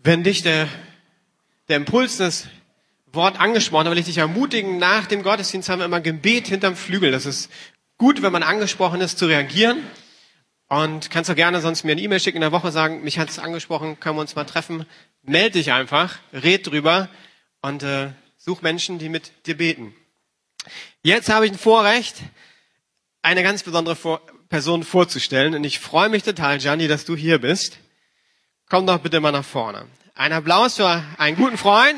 Wenn dich der Impuls des Wort angesprochen hat, will ich dich ermutigen, nach dem Gottesdienst haben wir immer Gebet hinterm Flügel. Das ist gut, wenn man angesprochen ist, zu reagieren. Und kannst auch gerne sonst mir eine E-Mail schicken in der Woche, sagen, mich hat es angesprochen, können wir uns mal treffen. Meld dich einfach, red drüber und such Menschen, die mit dir beten. Jetzt habe ich ein Vorrecht, eine ganz besondere Person vorzustellen. Und ich freue mich total, Gianni, dass du hier bist. Komm doch bitte mal nach vorne. Ein Applaus für einen guten Freund.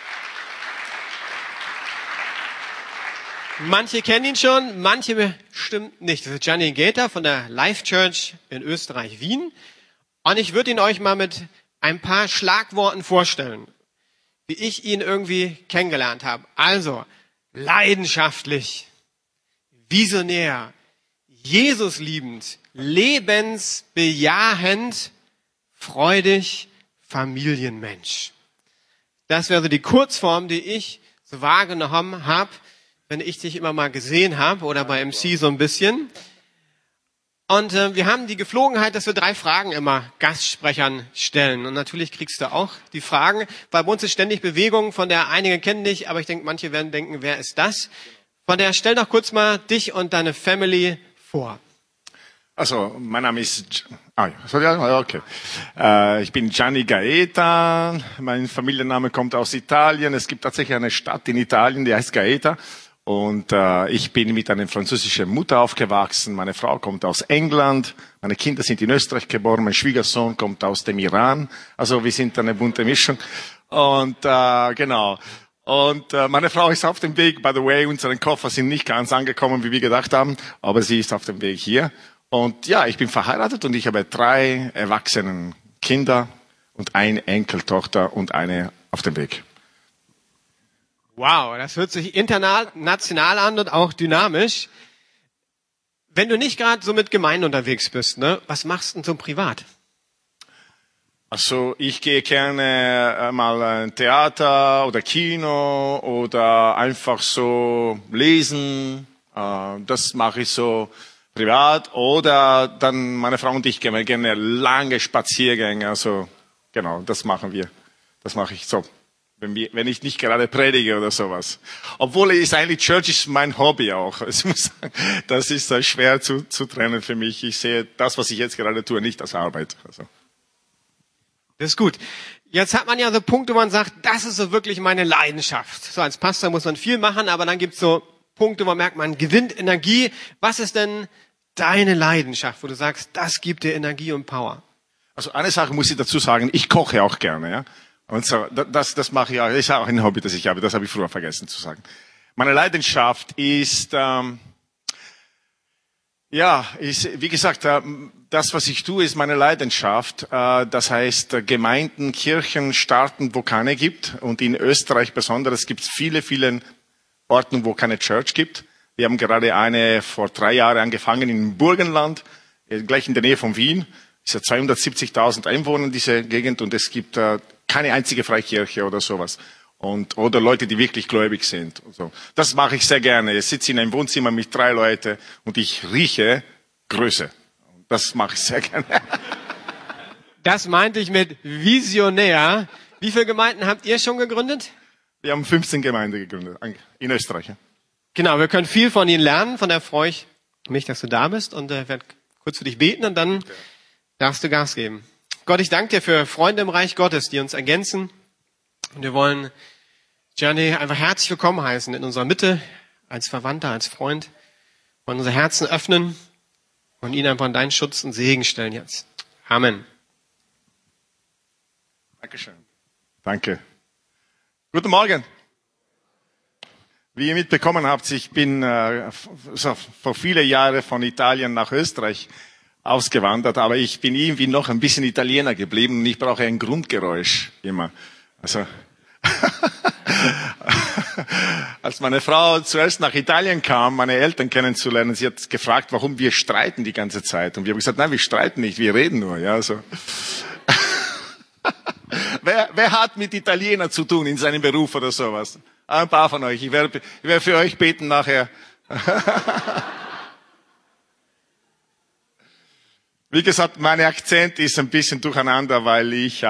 Manche kennen ihn schon, manche bestimmt nicht. Das ist Gianni Gaeta von der Life Church in Österreich, Wien. Und ich würde ihn euch mal mit ein paar Schlagworten vorstellen, wie ich ihn irgendwie kennengelernt habe. Also, leidenschaftlich, visionär, Jesusliebend, lebensbejahend, freudig, Familienmensch. Das wäre so die Kurzform, die ich so wahrgenommen habe, wenn ich dich immer mal gesehen habe oder bei MC so ein bisschen. Und wir haben die Geflogenheit, dass wir 3 Fragen immer Gastsprechern stellen. Und natürlich kriegst du auch die Fragen, weil bei uns ist ständig Bewegung, von der einige kennen dich, aber ich denke, manche werden denken, wer ist das? Von der stell doch kurz mal dich und deine Family vor. Also, mein Name ist, okay. Ich bin Gianni Gaeta. Mein Familienname kommt aus Italien. Es gibt tatsächlich eine Stadt in Italien, die heißt Gaeta. Und ich bin mit einer französischen Mutter aufgewachsen. Meine Frau kommt aus England. Meine Kinder sind in Österreich geboren. Mein Schwiegersohn kommt aus dem Iran. Also wir sind eine bunte Mischung. Und genau. Und meine Frau ist auf dem Weg. By the way, unsere Koffer sind nicht ganz angekommen, wie wir gedacht haben. Aber sie ist auf dem Weg hier. Und ja, ich bin verheiratet und ich habe 3 erwachsene Kinder und eine Enkeltochter und eine auf dem Weg. Wow, das hört sich international an und auch dynamisch. Wenn du nicht gerade so mit Gemeinden unterwegs bist, ne, was machst du denn so privat? Also ich gehe gerne mal in Theater oder Kino oder einfach so lesen. Das mache ich so privat. Oder dann meine Frau und ich gehen gerne lange Spaziergänge. Also genau, das machen wir. Das mache ich so. Wenn ich nicht gerade predige oder sowas. Obwohl Church ist mein Hobby auch. Ich muss sagen, das ist schwer zu trennen für mich. Ich sehe das, was ich jetzt gerade tue, nicht als Arbeit. Also. Das ist gut. Jetzt hat man ja so Punkte, wo man sagt, das ist so wirklich meine Leidenschaft. So als Pastor muss man viel machen, aber dann gibt's so Punkte, wo man merkt, man gewinnt Energie. Was ist denn deine Leidenschaft, wo du sagst, das gibt dir Energie und Power? Also eine Sache muss ich dazu sagen, ich koche auch gerne, ja. Und so, das mache ich auch, das ist auch ein Hobby, das ich habe, das habe ich früher vergessen zu sagen. Meine Leidenschaft ist, wie gesagt, das, was ich tue, ist meine Leidenschaft. Das heißt, Gemeinden, Kirchen starten, wo keine gibt. Und in Österreich besonders gibt es viele Orten, wo keine Church gibt. Wir haben gerade eine vor 3 Jahren angefangen im Burgenland, gleich in der Nähe von Wien. Es ist ja 270.000 Einwohner in dieser Gegend und es gibt keine einzige Freikirche oder sowas. Oder Leute, die wirklich gläubig sind. Und so. Das mache ich sehr gerne. Ich sitze in einem Wohnzimmer mit 3 Leuten und ich rieche Größe. Das mache ich sehr gerne. Das meinte ich mit visionär. Wie viele Gemeinden habt ihr schon gegründet? Wir haben 15 Gemeinden gegründet in Österreich. Ja. Genau, wir können viel von ihnen lernen. Von daher freue ich mich, dass du da bist und werde kurz für dich beten und dann darfst du Gas geben. Gott, ich danke dir für Freunde im Reich Gottes, die uns ergänzen. Und wir wollen Gianni einfach herzlich willkommen heißen in unserer Mitte, als Verwandter, als Freund. Wir wollen unser Herzen öffnen und ihn einfach in deinen Schutz und Segen stellen jetzt. Amen. Dankeschön. Danke. Guten Morgen. Wie ihr mitbekommen habt, ich bin vor vielen Jahren von Italien nach Österreich ausgewandert, aber ich bin irgendwie noch ein bisschen Italiener geblieben und ich brauche ein Grundgeräusch immer. Also als meine Frau zuerst nach Italien kam, meine Eltern kennenzulernen, sie hat gefragt, warum wir streiten die ganze Zeit. Und wir haben gesagt, nein, wir streiten nicht, wir reden nur. Ja, so. Wer hat mit Italienern zu tun in seinem Beruf oder sowas? Ein paar von euch. Ich werde für euch beten nachher. Wie gesagt, mein Akzent ist ein bisschen durcheinander, weil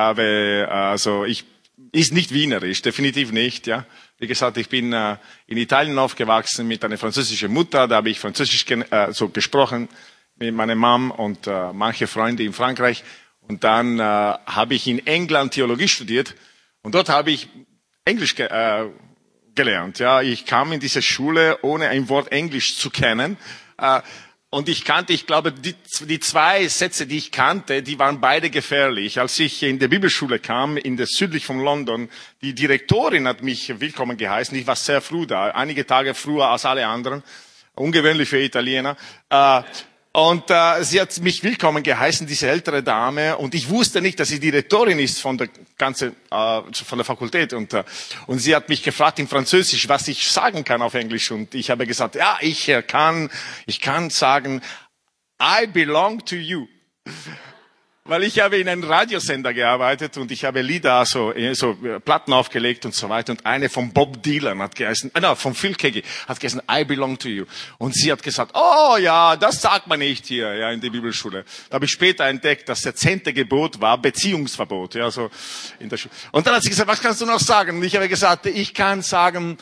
ist nicht wienerisch, definitiv nicht, ja. Wie gesagt, ich bin in Italien aufgewachsen mit einer französischen Mutter, da habe ich Französisch gesprochen mit meiner Mom und manche Freunde in Frankreich. Und dann habe ich in England Theologie studiert und dort habe ich Englisch gelernt. Ja, ich kam in diese Schule, ohne ein Wort Englisch zu kennen. Und ich glaube, die zwei Sätze, die ich kannte, die waren beide gefährlich. Als ich in der Bibelschule kam, südlich von London, die Direktorin hat mich willkommen geheißen. Ich war sehr früh da, einige Tage früher als alle anderen. Ungewöhnlich für Italiener. Sie hat mich willkommen geheißen, diese ältere Dame, und ich wusste nicht, dass sie Direktorin ist von der Fakultät. Und sie hat mich gefragt in Französisch, was ich sagen kann auf Englisch. Und ich habe gesagt, ja, ich kann sagen, I belong to you. Weil ich habe in einem Radiosender gearbeitet und ich habe Lieder, Platten aufgelegt und so weiter. Und eine von Bob Dylan hat geheißen, von Phil Keaggy hat geheißen, I belong to you. Und sie hat gesagt, oh ja, das sagt man nicht hier, ja, in der Bibelschule. Da habe ich später entdeckt, dass das 10. Gebot war Beziehungsverbot, ja, so in der Schule. Und dann hat sie gesagt, was kannst du noch sagen? Und ich habe gesagt, ich kann sagen,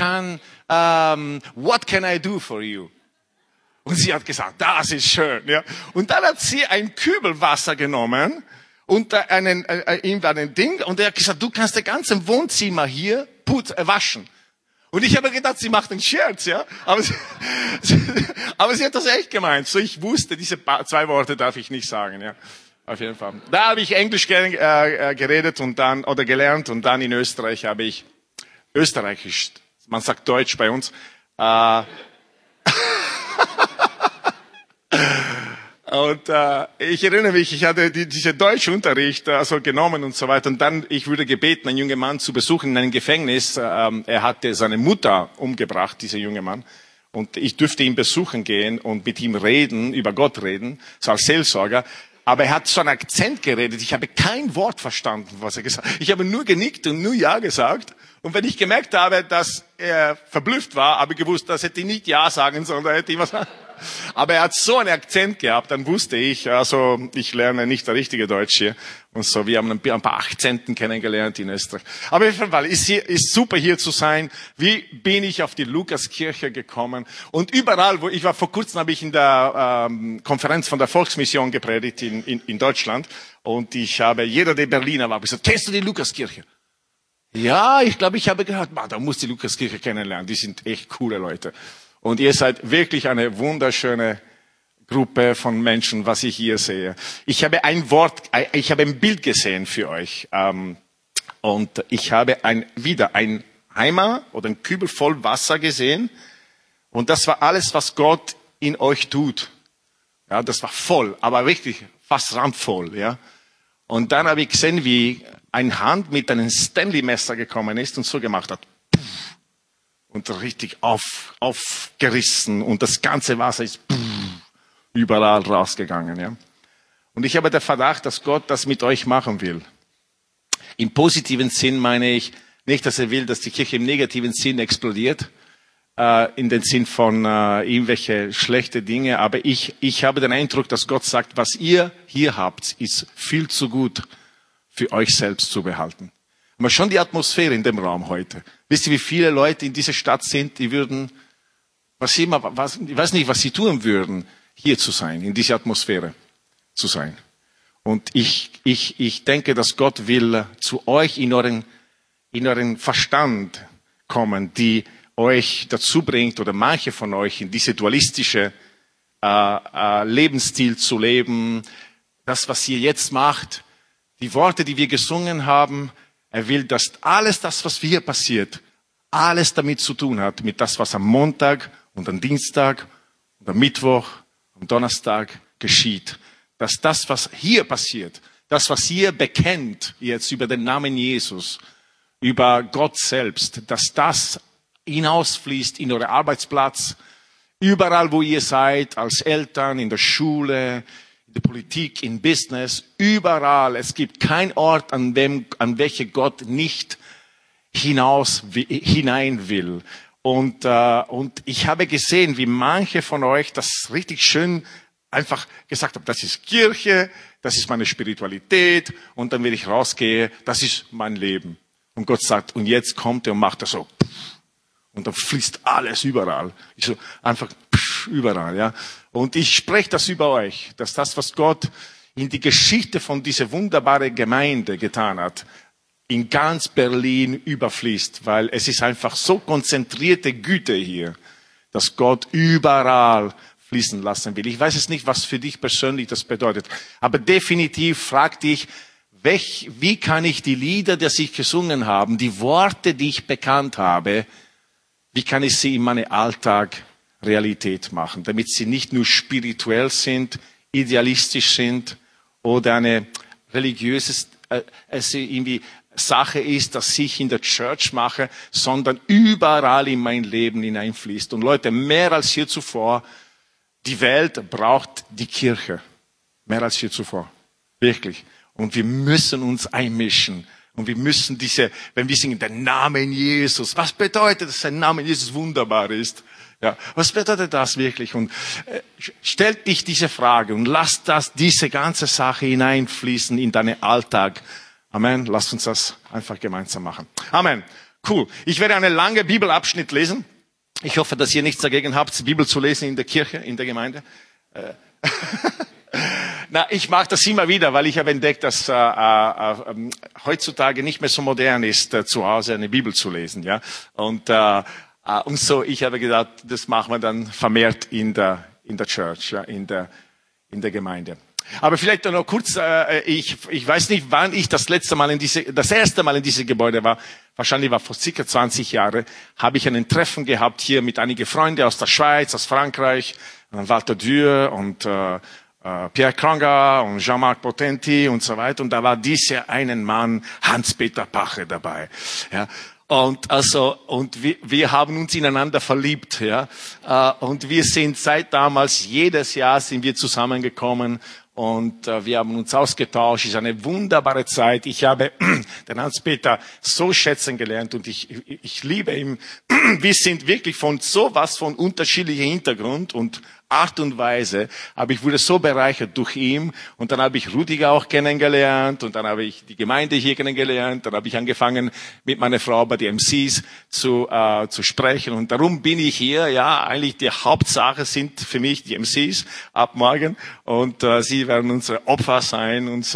what can I do for you? Und sie hat gesagt, das ist schön, ja. Und dann hat sie ein Kübel Wasser genommen und einen Ding, und er hat gesagt, du kannst das ganze Wohnzimmer hier waschen. Und ich habe gedacht, sie macht einen Scherz, ja. Aber sie hat das echt gemeint. So, ich wusste, diese zwei Worte darf ich nicht sagen, ja. Auf jeden Fall. Da habe ich Englisch geredet gelernt, und dann in Österreich habe ich Österreichisch, man sagt Deutsch bei uns, und ich erinnere mich, ich hatte diese Deutschunterricht genommen und so weiter. Und dann, ich wurde gebeten, einen jungen Mann zu besuchen in einem Gefängnis. Er hatte seine Mutter umgebracht, dieser junge Mann. Und ich durfte ihn besuchen gehen und mit ihm reden, über Gott reden, so als Seelsorger. Aber er hat so einen Akzent geredet. Ich habe kein Wort verstanden, was er gesagt hat. Ich habe nur genickt und nur Ja gesagt. Und wenn ich gemerkt habe, dass er verblüfft war, habe ich gewusst, dass er nicht Ja sagen, sondern er hätte ihm was sagen. Aber er hat so einen Akzent gehabt, dann wusste ich, ich lerne nicht der richtige Deutsch hier. Und so, wir haben ein paar Akzenten kennengelernt in Österreich. Aber auf jeden Fall, ist super hier zu sein. Wie bin ich auf die Lukaskirche gekommen? Und überall, ich war vor kurzem, habe ich in der Konferenz von der Volksmission gepredigt in Deutschland. Und jeder, der Berliner war, gesagt, kennst du die Lukaskirche? Ja, ich glaube, ich habe gehört, da muss die Lukaskirche kennenlernen. Die sind echt coole Leute. Und ihr seid wirklich eine wunderschöne Gruppe von Menschen, was ich hier sehe. Ich habe ein Bild gesehen für euch. Und ich habe wieder ein Eimer oder ein Kübel voll Wasser gesehen. Und das war alles, was Gott in euch tut. Ja, das war voll, aber richtig fast randvoll, ja. Und dann habe ich gesehen, wie eine Hand mit einem Stanley-Messer gekommen ist und so gemacht hat. Und richtig aufgerissen, und das ganze Wasser ist überall rausgegangen, ja. Und ich habe den Verdacht, dass Gott das mit euch machen will. Im positiven Sinn meine ich nicht, dass er will, dass die Kirche im negativen Sinn explodiert, in den Sinn von irgendwelche schlechte Dinge, aber ich habe den Eindruck, dass Gott sagt, was ihr hier habt, ist viel zu gut für euch selbst zu behalten. Aber schon die Atmosphäre in dem Raum heute. Wisst ihr, wie viele Leute in dieser Stadt sind, die würden, ich weiß nicht, was sie tun würden, hier zu sein, in dieser Atmosphäre zu sein. Und ich denke, dass Gott will zu euch in euren Verstand kommen, die euch dazu bringt, oder manche von euch in diese dualistische Lebensstil zu leben. Das, was ihr jetzt macht, die Worte, die wir gesungen haben, er will, dass alles das, was hier passiert, alles damit zu tun hat, mit das, was am Montag und am Dienstag und am Mittwoch, am Donnerstag geschieht. Dass das, was hier passiert, das, was ihr bekennt jetzt über den Namen Jesus, über Gott selbst, dass das hinausfließt in euren Arbeitsplatz, überall, wo ihr seid, als Eltern, in der Schule, in der Politik, im Business, überall. Es gibt keinen Ort, an welcher Gott nicht hinein will. Und ich habe gesehen, wie manche von euch das richtig schön einfach gesagt habe, das ist Kirche, das ist meine Spiritualität und dann, wenn ich rausgehe, das ist mein Leben. Und Gott sagt, und jetzt kommt er und macht das so. Und dann fließt alles überall. Ich so, einfach überall, ja. Und ich spreche das über euch, dass das, was Gott in die Geschichte von dieser wunderbaren Gemeinde getan hat, in ganz Berlin überfließt, weil es ist einfach so konzentrierte Güte hier, dass Gott überall fließen lassen will. Ich weiß es nicht, was für dich persönlich das bedeutet, aber definitiv frag dich, wie kann ich die Lieder, die ich gesungen habe, die Worte, die ich bekannt habe, wie kann ich sie in meinem Alltag Realität machen, damit sie nicht nur spirituell sind, idealistisch sind oder eine religiöse irgendwie Sache ist, dass ich in der Church mache, sondern überall in mein Leben hineinfließt. Und Leute, mehr als je zuvor, die Welt braucht die Kirche. Mehr als je zuvor. Wirklich. Und wir müssen uns einmischen. Und wir müssen wenn wir singen, der Name Jesus. Was bedeutet, dass der Name Jesus wunderbar ist? Ja, was bedeutet das wirklich? Und stellt dich diese Frage und lass diese ganze Sache hineinfließen in deinen Alltag. Amen. Lasst uns das einfach gemeinsam machen. Amen. Cool. Ich werde einen langen Bibelabschnitt lesen. Ich hoffe, dass ihr nichts dagegen habt, die Bibel zu lesen in der Kirche, in der Gemeinde. Ich mache das immer wieder, weil ich habe entdeckt, dass heutzutage nicht mehr so modern ist, zu Hause eine Bibel zu lesen. Ja. Und so, ich habe gedacht, das machen wir dann vermehrt in der Church, ja, in der Gemeinde. Aber vielleicht noch kurz, ich weiß nicht, wann ich das erste Mal in diesem Gebäude war. Wahrscheinlich war vor circa 20 Jahren, habe ich ein Treffen gehabt hier mit einigen Freunden aus der Schweiz, aus Frankreich, Walter Dürr und Pierre Kranger und Jean-Marc Potenti und so weiter. Und da war dieser einen Mann, Hans-Peter Pache, dabei. Ja. Und wir haben uns ineinander verliebt, ja. Und wir sind seit damals, jedes Jahr sind wir zusammengekommen und wir haben uns ausgetauscht. Es ist eine wunderbare Zeit. Ich habe den Hans-Peter so schätzen gelernt und ich liebe ihn. Wir sind wirklich von unterschiedlichen Hintergrund und Art und Weise, aber ich wurde so bereichert durch ihn und dann habe ich Rudiger auch kennengelernt und dann habe ich die Gemeinde hier kennengelernt, dann habe ich angefangen mit meiner Frau bei den MCs zu sprechen und darum bin ich hier, ja, eigentlich die Hauptsache sind für mich die MCs ab morgen und sie werden unsere Opfer sein und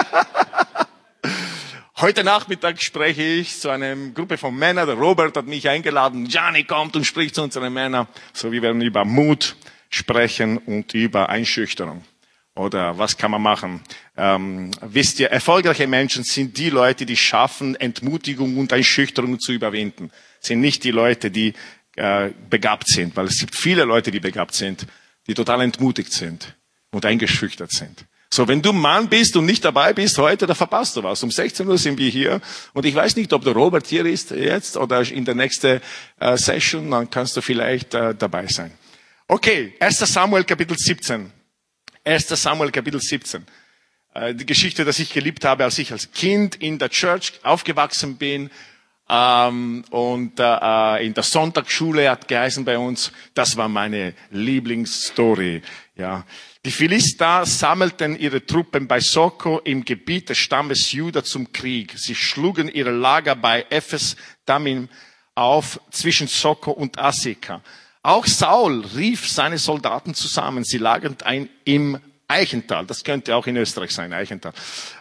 Heute Nachmittag spreche ich zu einer Gruppe von Männern, der Robert hat mich eingeladen, Gianni kommt und spricht zu unseren Männern, so wir werden über Mut sprechen und über Einschüchterung. Oder was kann man machen? Wisst ihr, erfolgreiche Menschen sind die Leute, die schaffen, Entmutigung und Einschüchterung zu überwinden. Sind nicht die Leute, die begabt sind, weil es gibt viele Leute, die begabt sind, die total entmutigt sind und eingeschüchtert sind. So, wenn du Mann bist und nicht dabei bist heute, dann verpasst du was. Um 16 Uhr sind wir hier und ich weiß nicht, ob der Robert hier ist jetzt oder in der nächsten Session, dann kannst du vielleicht dabei sein. Okay, 1. Samuel Kapitel 17. 1. Samuel Kapitel 17. Die Geschichte, die ich geliebt habe, als ich als Kind in der Church aufgewachsen bin und in der Sonntagsschule hat geheißen bei uns, das war meine Lieblingsstory. Ja, die Philister sammelten ihre Truppen bei Soko im Gebiet des Stammes Juda zum Krieg. Sie schlugen ihre Lager bei Ephes Dammim auf zwischen Soko und Aseka. Auch Saul rief seine Soldaten zusammen. Sie lagerten im Eichental. Das könnte auch in Österreich sein, Eichental,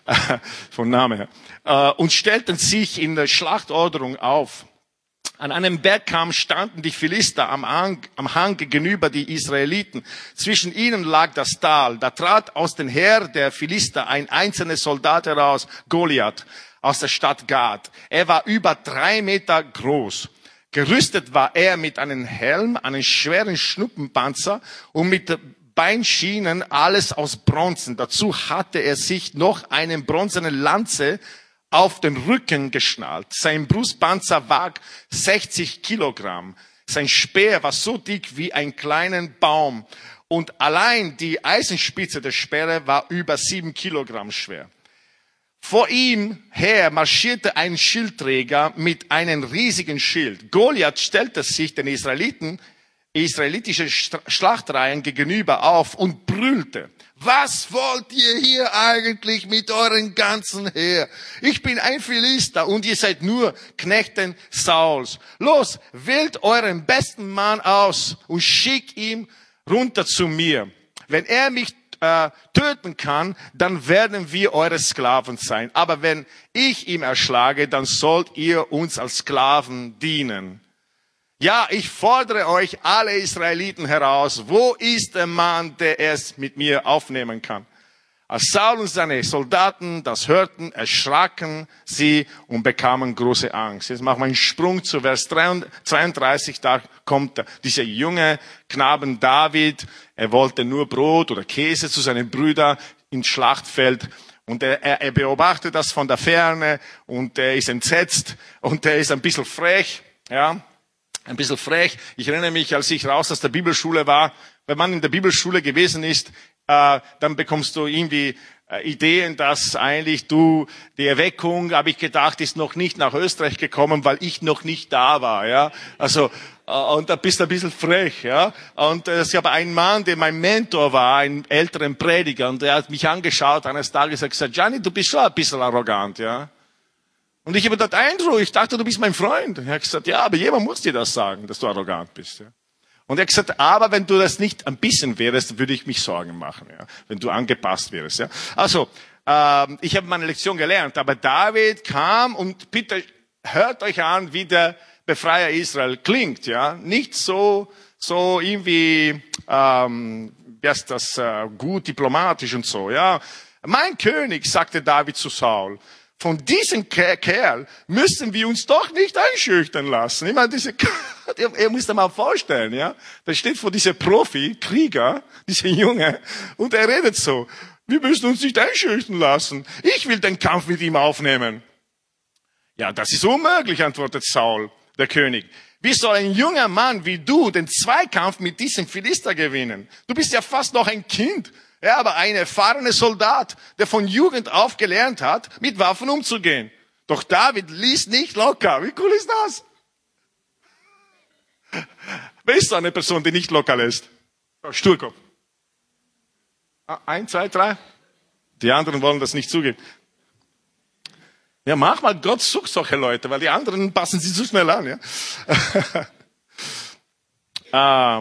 von Name her. Und stellten sich in der Schlachtorderung auf. An einem Bergkamm standen die Philister am Hang gegenüber die Israeliten. Zwischen ihnen lag das Tal. Da trat aus dem Heer der Philister ein einzelner Soldat heraus, Goliath, aus der Stadt Gad. Er war über 3 Meter groß. Gerüstet war er mit einem Helm, einem schweren Schnuppenpanzer und mit Beinschienen, alles aus Bronzen. Dazu hatte er sich noch eine bronzene Lanze auf den Rücken geschnallt. Sein Brustpanzer wag 60 Kilogramm. Sein Speer war so dick wie ein kleiner Baum. Und allein die Eisenspitze der Speere war über 7 Kilogramm schwer. Vor ihm her marschierte ein Schildträger mit einem riesigen Schild. Goliath stellte sich den Israeliten israelitischen Schlachtreihen gegenüber auf und brüllte: Was wollt ihr hier eigentlich mit euren ganzen Heer? Ich bin ein Philister und ihr seid nur Knechten Sauls. Los, wählt euren besten Mann aus und schickt ihn runter zu mir. Wenn er mich töten kann, dann werden wir eure Sklaven sein. Aber wenn ich ihn erschlage, dann sollt ihr uns als Sklaven dienen. Ja, ich fordere euch alle Israeliten heraus. Wo ist der Mann, der es mit mir aufnehmen kann? Als Saul und seine Soldaten das hörten, erschraken sie und bekamen große Angst. Jetzt machen wir einen Sprung zu Vers 32. Da kommt dieser junge Knaben David. Er wollte nur Brot oder Käse zu seinen Brüdern ins Schlachtfeld. Und er beobachtet das von der Ferne und er ist entsetzt und er ist ein bisschen frech, ja. Ein bisschen frech. Ich erinnere mich, als ich raus aus der Bibelschule war, wenn man in der Bibelschule gewesen ist, dann bekommst du irgendwie Ideen, dass eigentlich die Erweckung, habe ich gedacht, ist noch nicht nach Österreich gekommen, weil ich noch nicht da war, ja. Also, und da bist du ein bisschen frech, ja. Und es gab einen Mann, der mein Mentor war, einen älteren Prediger, und der hat mich angeschaut eines Tages und gesagt: Gianni, du bist schon ein bisschen arrogant, ja. Und ich habe dort Eindruck, ich dachte, du bist mein Freund. Und er hat gesagt: Ja, aber jemand muss dir das sagen, dass du arrogant bist. Ja. Und er hat gesagt: Aber wenn du das nicht ein bisschen wärst, würde ich mich Sorgen machen, ja, wenn du angepasst wärst. Ja. Also, ich habe meine Lektion gelernt, aber David kam und bitte hört euch an, wie der Befreier Israel klingt. Ja. Nicht so irgendwie, wie heißt das, gut diplomatisch und so. Ja. Mein König, sagte David zu Saul, von diesem Kerl müssen wir uns doch nicht einschüchtern lassen. Ich meine, ihr müsst euch mal vorstellen, ja. Da steht vor dieser Profi-Krieger, dieser Junge, und er redet so: Wir müssen uns nicht einschüchtern lassen. Ich will den Kampf mit ihm aufnehmen. Ja, das ist unmöglich, antwortet Saul, der König. Wie soll ein junger Mann wie du den Zweikampf mit diesem Philister gewinnen? Du bist ja fast noch ein Kind. Ja, aber ein erfahrener Soldat, der von Jugend auf gelernt hat, mit Waffen umzugehen. Doch David ließ nicht locker. Wie cool ist das? Wer ist so eine Person, die nicht locker lässt? Sturkopf. 1, 2, 3. Die anderen wollen das nicht zugeben. Ja, manchmal Gott sucht solche Leute, weil die anderen passen sie zu schnell an. Ja.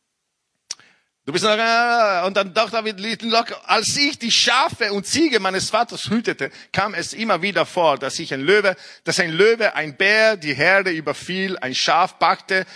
Du bist noch, und dann doch David, als ich die Schafe und Ziege meines Vaters hütete, kam es immer wieder vor, dass ein Löwe, ein Bär die Herde überfiel, ein Schaf packte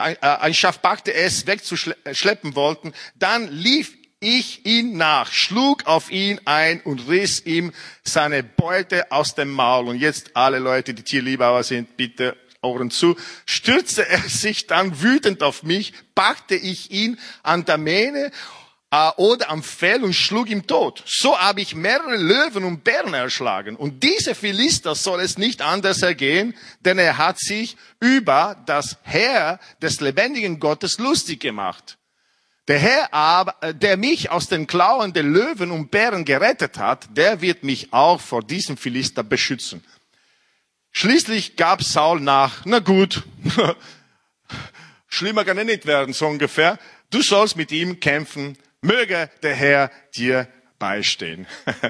es wegzuschleppen wollten, dann lief ich ihn nach, schlug auf ihn ein und riss ihm seine Beute aus dem Maul. Und jetzt alle Leute, die Tierliebhaber sind, bitte Ohren zu, stürzte er sich dann wütend auf mich, packte ich ihn an der Mähne oder am Fell und schlug ihn tot. So habe ich mehrere Löwen und Bären erschlagen. Und dieser Philister soll es nicht anders ergehen, denn er hat sich über das Heer des lebendigen Gottes lustig gemacht. Der Herr aber, der mich aus den Klauen der Löwen und Bären gerettet hat, der wird mich auch vor diesem Philister beschützen. Schließlich gab Saul nach: Na gut, schlimmer kann er nicht werden, so ungefähr. Du sollst mit ihm kämpfen, möge der Herr dir beistehen.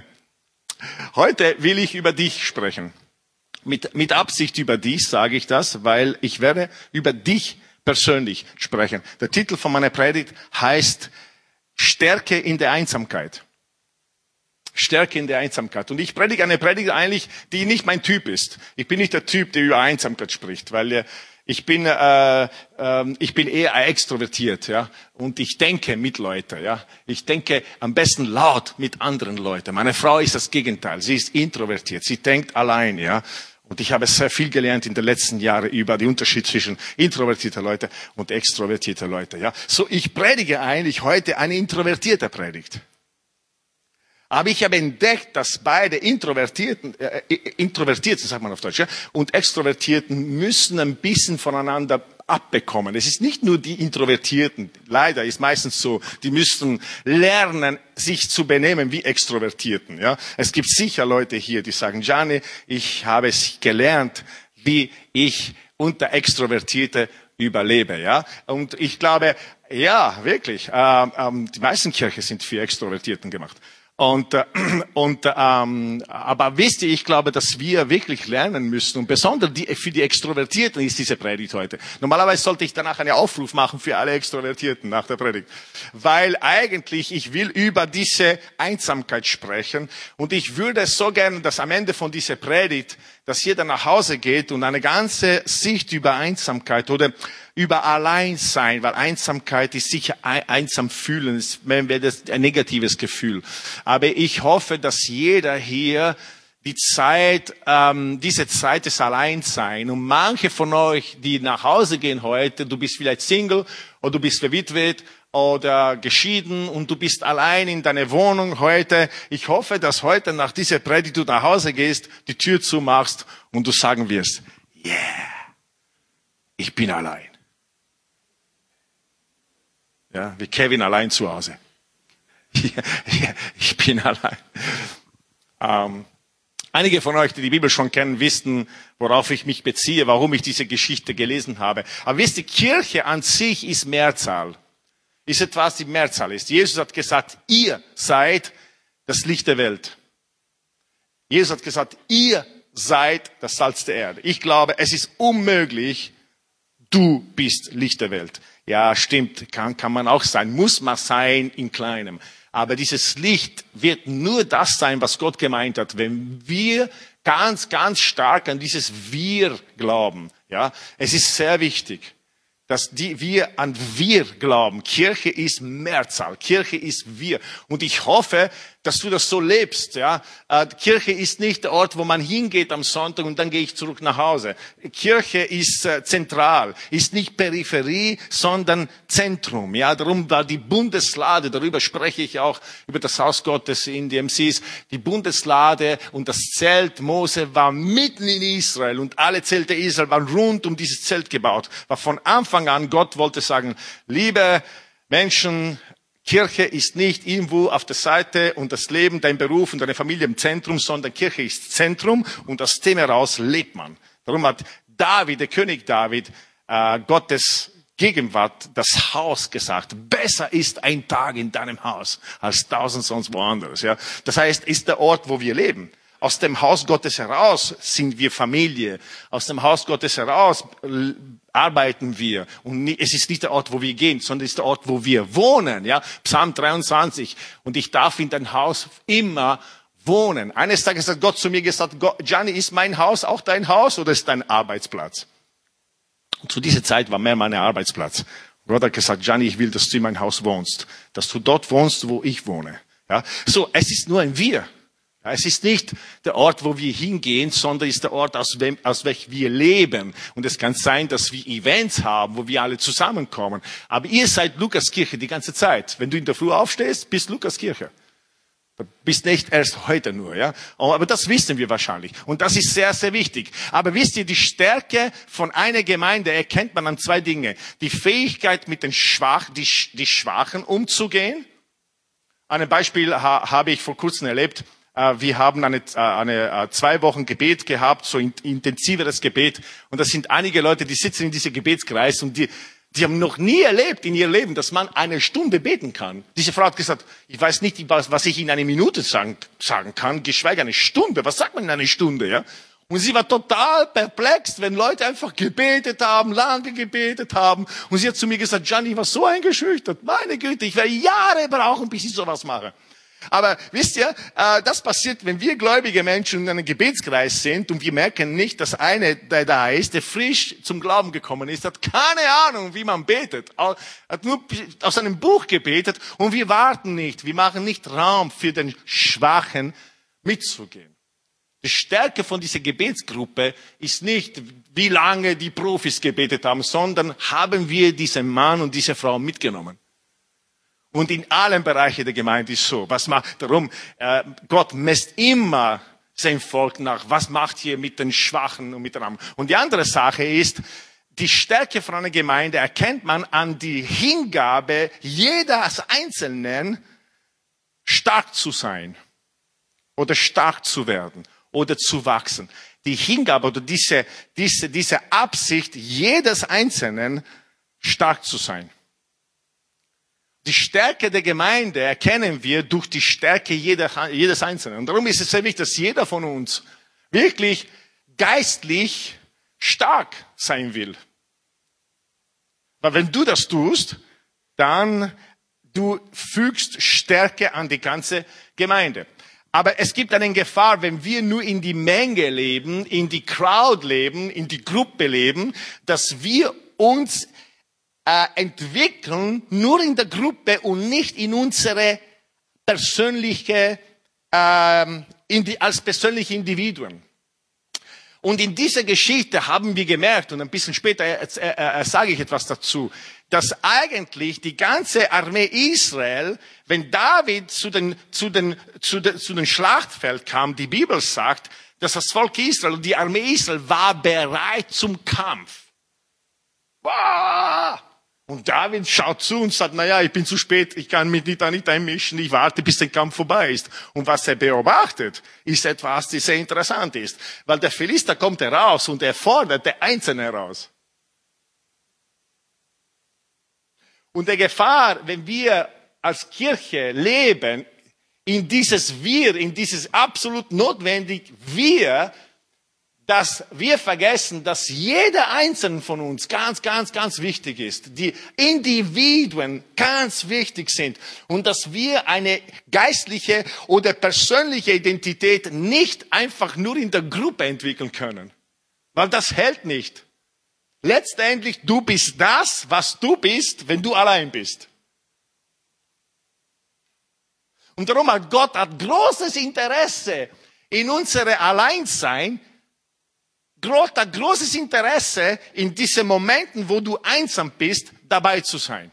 Heute will ich über dich sprechen. Mit Absicht über dich sage ich das, weil ich werde über dich persönlich sprechen. Der Titel von meiner Predigt heißt Stärke in der Einsamkeit. Stärke in der Einsamkeit. Und ich predige eine Predigt eigentlich, die nicht mein Typ ist. Ich bin nicht der Typ, der über Einsamkeit spricht, weil ich bin eher extrovertiert, ja. Und ich denke mit Leuten, ja. Ich denke am besten laut mit anderen Leuten. Meine Frau ist das Gegenteil. Sie ist introvertiert. Sie denkt allein, ja. Und ich habe sehr viel gelernt in den letzten Jahren über den Unterschied zwischen introvertierten Leuten und extrovertierten Leuten, ja. So, ich predige eigentlich heute eine introvertierte Predigt. Aber ich habe entdeckt, dass beide Introvertierten, sagt man auf Deutsch, ja, und Extrovertierten müssen ein bisschen voneinander abbekommen. Es ist nicht nur die Introvertierten, leider ist meistens so, die müssen lernen, sich zu benehmen wie Extrovertierten. Ja. Es gibt sicher Leute hier, die sagen: Gianni, ich habe es gelernt, wie ich unter Extrovertierte überlebe, ja. Und ich glaube, ja, wirklich, die meisten Kirchen sind für Extrovertierten gemacht. Aber wisst ihr, ich glaube, dass wir wirklich lernen müssen, und besonders für die Extrovertierten ist diese Predigt heute. Normalerweise sollte ich danach einen Aufruf machen für alle Extrovertierten nach der Predigt. Weil eigentlich, ich will über diese Einsamkeit sprechen, und ich würde so gerne, dass am Ende von dieser Predigt, dass jeder nach Hause geht und eine ganze Sicht über Einsamkeit oder über Alleinsein, weil Einsamkeit ist sicher einsam fühlen, wenn wir das ein negatives Gefühl. Aber ich hoffe, dass jeder hier diese Zeit des Alleinsein, und manche von euch, die nach Hause gehen heute, du bist vielleicht Single oder du bist verwitwet oder geschieden und du bist allein in deiner Wohnung heute. Ich hoffe, dass heute nach dieser Predigt du nach Hause gehst, die Tür zumachst und du sagen wirst, yeah, ich bin allein. Ja, wie Kevin allein zu Hause. Ja, ich bin allein. Einige von euch, die die Bibel schon kennen, wissen, worauf ich mich beziehe, warum ich diese Geschichte gelesen habe. Aber wisst ihr, Kirche an sich ist Mehrzahl. Ist etwas, die Mehrzahl ist. Jesus hat gesagt, ihr seid das Licht der Welt. Jesus hat gesagt, ihr seid das Salz der Erde. Ich glaube, es ist unmöglich, du bist Licht der Welt. Ja, stimmt, kann man auch sein, muss man sein in Kleinem. Aber dieses Licht wird nur das sein, was Gott gemeint hat, wenn wir ganz, ganz stark an dieses Wir glauben. Ja, es ist sehr wichtig, dass wir an wir glauben. Kirche ist Mehrzahl. Kirche ist wir. Und ich hoffe, dass du das so lebst, ja. Kirche ist nicht der Ort, wo man hingeht am Sonntag und dann gehe ich zurück nach Hause. Kirche ist zentral, ist nicht Peripherie, sondern Zentrum, ja. Darum war die Bundeslade, darüber spreche ich auch, über das Haus Gottes in DMCs, die Bundeslade und das Zelt Mose war mitten in Israel und alle Zelte Israel waren rund um dieses Zelt gebaut. War von Anfang an, Gott wollte sagen, liebe Menschen, Kirche ist nicht irgendwo auf der Seite und das Leben, dein Beruf und deine Familie im Zentrum, sondern Kirche ist Zentrum und aus dem heraus lebt man. Darum hat David, der König David, Gottes Gegenwart, das Haus gesagt. Besser ist ein Tag in deinem Haus als 1000 sonst woanders. Ja, das heißt, ist der Ort, wo wir leben. Aus dem Haus Gottes heraus sind wir Familie. Aus dem Haus Gottes heraus arbeiten wir. Und es ist nicht der Ort, wo wir gehen, sondern es ist der Ort, wo wir wohnen. Ja, Psalm 23. Und ich darf in dein Haus immer wohnen. Eines Tages hat Gott zu mir gesagt, Gianni, ist mein Haus auch dein Haus oder ist dein Arbeitsplatz? Und zu dieser Zeit war mehr mein Arbeitsplatz. Gott hat gesagt, Gianni, ich will, dass du in mein Haus wohnst. Dass du dort wohnst, wo ich wohne. Ja, so, es ist nur ein Wir. Es ist nicht der Ort, wo wir hingehen, sondern es ist der Ort, aus welchem wir leben. Und es kann sein, dass wir Events haben, wo wir alle zusammenkommen. Aber ihr seid Lukaskirche die ganze Zeit. Wenn du in der Früh aufstehst, bist Lukaskirche. Du bist nicht erst heute nur, ja. Aber das wissen wir wahrscheinlich. Und das ist sehr, sehr wichtig. Aber wisst ihr, die Stärke von einer Gemeinde erkennt man an zwei Dinge. Die Fähigkeit, mit den die Schwachen umzugehen. Ein Beispiel habe ich vor kurzem erlebt. Wir haben eine 2 Wochen Gebet gehabt, so intensiveres Gebet. Und das sind einige Leute, die sitzen in diesem Gebetskreis und die haben noch nie erlebt in ihrem Leben, dass man eine Stunde beten kann. Diese Frau hat gesagt, ich weiß nicht, was ich in einer Minute sagen kann, geschweige eine Stunde. Was sagt man in einer Stunde, ja? Und sie war total perplex, wenn Leute einfach gebetet haben, lange gebetet haben. Und sie hat zu mir gesagt, Gianni, ich war so eingeschüchtert. Meine Güte, ich werde Jahre brauchen, bis ich sowas mache. Aber wisst ihr, das passiert, wenn wir gläubige Menschen in einem Gebetskreis sind und wir merken nicht, dass einer, der da ist, der frisch zum Glauben gekommen ist, hat keine Ahnung, wie man betet, hat nur aus einem Buch gebetet und wir warten nicht, wir machen nicht Raum für den Schwachen mitzugehen. Die Stärke von dieser Gebetsgruppe ist nicht, wie lange die Profis gebetet haben, sondern haben wir diesen Mann und diese Frau mitgenommen. Und in allen Bereichen der Gemeinde ist so. Gott messt immer sein Volk nach. Was macht ihr mit den Schwachen und mit den Armen? Und die andere Sache ist, die Stärke von einer Gemeinde erkennt man an die Hingabe jedes Einzelnen, stark zu sein oder stark zu werden oder zu wachsen. die Hingabe oder diese Absicht jedes Einzelnen, stark zu sein. Die Stärke der Gemeinde erkennen wir durch die Stärke jedes Einzelnen. Und darum ist es sehr wichtig, dass jeder von uns wirklich geistlich stark sein will. Weil wenn du das tust, dann du fügst Stärke an die ganze Gemeinde. Aber es gibt eine Gefahr, wenn wir nur in die Menge leben, in die Crowd leben, in die Gruppe leben, dass wir uns entwickeln nur in der Gruppe und nicht in unsere persönliche, als persönliche Individuen. Und in dieser Geschichte haben wir gemerkt, und ein bisschen später sage ich etwas dazu, dass eigentlich die ganze Armee Israel, wenn David zu den Schlachtfeld kam, die Bibel sagt, dass das Volk Israel und die Armee Israel war bereit zum Kampf. Wow! Und David schaut zu und sagt, naja, ich bin zu spät, ich kann mich nicht einmischen, ich warte, bis der Kampf vorbei ist. Und was er beobachtet, ist etwas, das sehr interessant ist. Weil der Philister kommt heraus und er fordert der Einzelne heraus. Und die Gefahr, wenn wir als Kirche leben, in dieses Wir, in dieses absolut notwendig Wir, dass wir vergessen, dass jeder Einzelne von uns ganz, ganz, ganz wichtig ist. Die Individuen ganz wichtig sind. Und dass wir eine geistliche oder persönliche Identität nicht einfach nur in der Gruppe entwickeln können. Weil das hält nicht. Letztendlich, du bist das, was du bist, wenn du allein bist. Und darum hat Gott großes Interesse in unserem Alleinsein, hat großes Interesse in diesen Momenten, wo du einsam bist, dabei zu sein.